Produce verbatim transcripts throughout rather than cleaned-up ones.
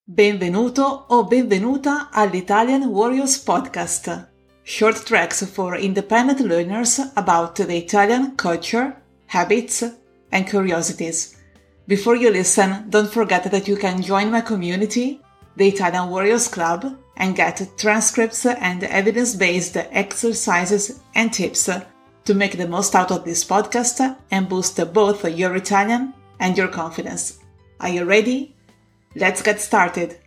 Benvenuto o benvenuta all'Italian Warriors Podcast, short tracks for independent learners about the Italian culture, habits, and curiosities. Before you listen, don't forget that you can join my community, the Italian Warriors Club, and get transcripts and evidence-based exercises and tips to make the most out of this podcast and boost both your Italian and your confidence. Are you ready? Let's get started!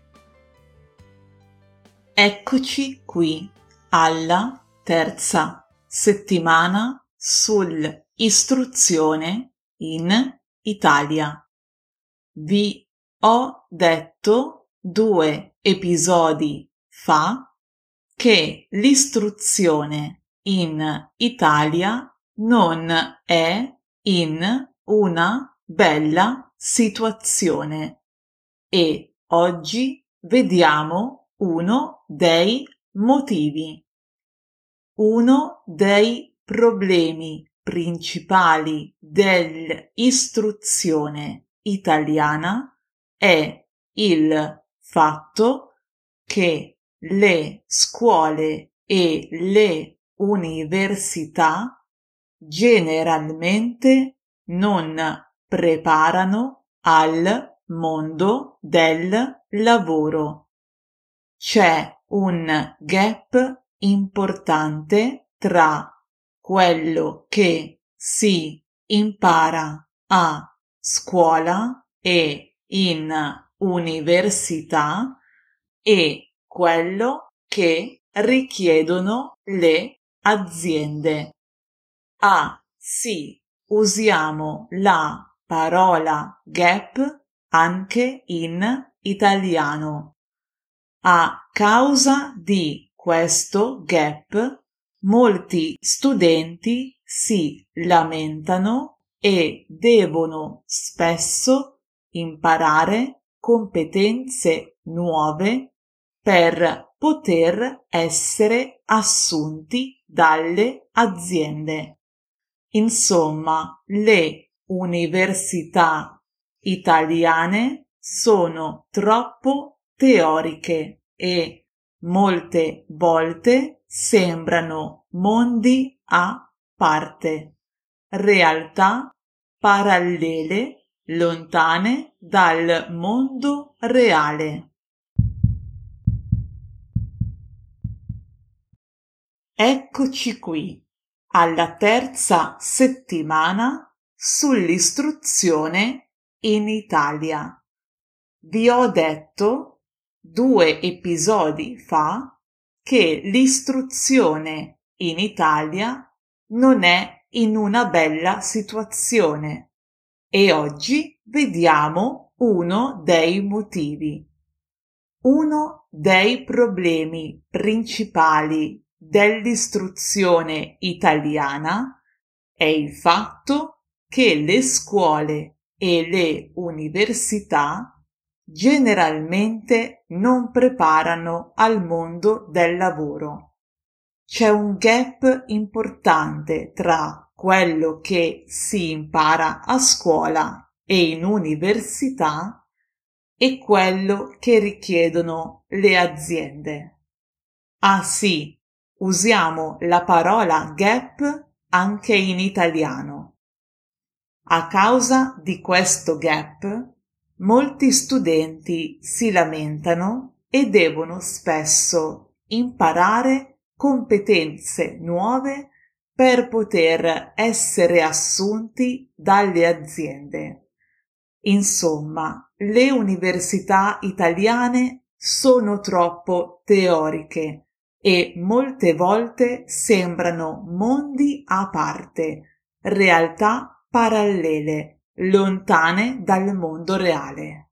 Eccoci qui alla terza settimana sull'istruzione in Italia. Vi ho detto due episodi fa che l'istruzione in Italia non è in una bella situazione. E oggi vediamo uno dei motivi. Uno dei problemi principali dell'istruzione italiana è il fatto che le scuole e le università generalmente non preparano al mondo del lavoro. C'è un gap importante tra quello che si impara a scuola e in università e quello che richiedono le aziende. Ah, sì, usiamo la parola gap anche in italiano. A causa di questo gap, molti studenti si lamentano e devono spesso imparare competenze nuove per poter essere assunti dalle aziende. Insomma, le università italiane sono troppo teoriche e molte volte sembrano mondi a parte, realtà parallele lontane dal mondo reale. Eccoci qui alla terza settimana sull'istruzione in Italia. Vi ho detto due episodi fa che l'istruzione in Italia non è in una bella situazione e oggi vediamo uno dei motivi. Uno dei problemi principali dell'istruzione italiana è il fatto che le scuole e le università generalmente non preparano al mondo del lavoro. C'è un gap importante tra quello che si impara a scuola e in università e quello che richiedono le aziende. Ah sì, usiamo la parola gap anche in italiano. A causa di questo gap, molti studenti si lamentano e devono spesso imparare competenze nuove per poter essere assunti dalle aziende. Insomma, le università italiane sono troppo teoriche e molte volte sembrano mondi a parte, realtà parallele, lontane dal mondo reale.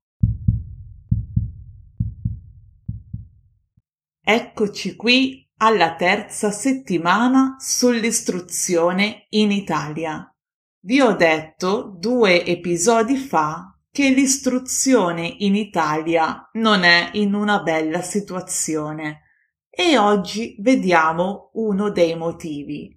Eccoci qui alla terza settimana sull'istruzione in Italia. Vi ho detto due episodi fa che l'istruzione in Italia non è in una bella situazione e oggi vediamo uno dei motivi.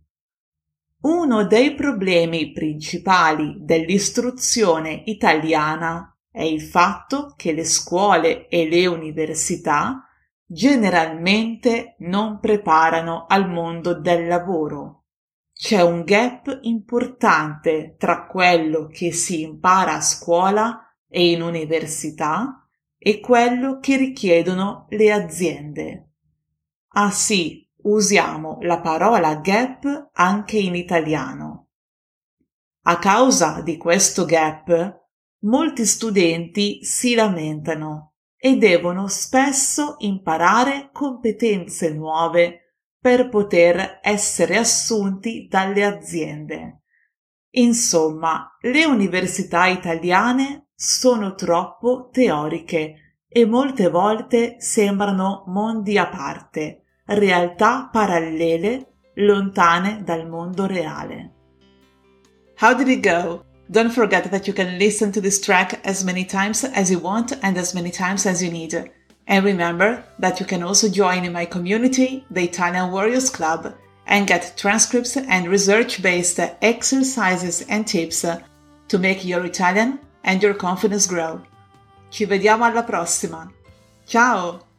Uno dei problemi principali dell'istruzione italiana è il fatto che le scuole e le università generalmente non preparano al mondo del lavoro. C'è un gap importante tra quello che si impara a scuola e in università e quello che richiedono le aziende. Ah sì, usiamo la parola gap anche in italiano. A causa di questo gap, molti studenti si lamentano e devono spesso imparare competenze nuove per poter essere assunti dalle aziende. Insomma, le università italiane sono troppo teoriche e molte volte sembrano mondi a parte, realtà parallele, lontane dal mondo reale. How did it go? Don't forget that you can listen to this track as many times as you want and as many times as you need. And remember that you can also join in my community, the Italian Warriors Club, and get transcripts and research-based exercises and tips to make your Italian and your confidence grow. Ci vediamo alla prossima. Ciao!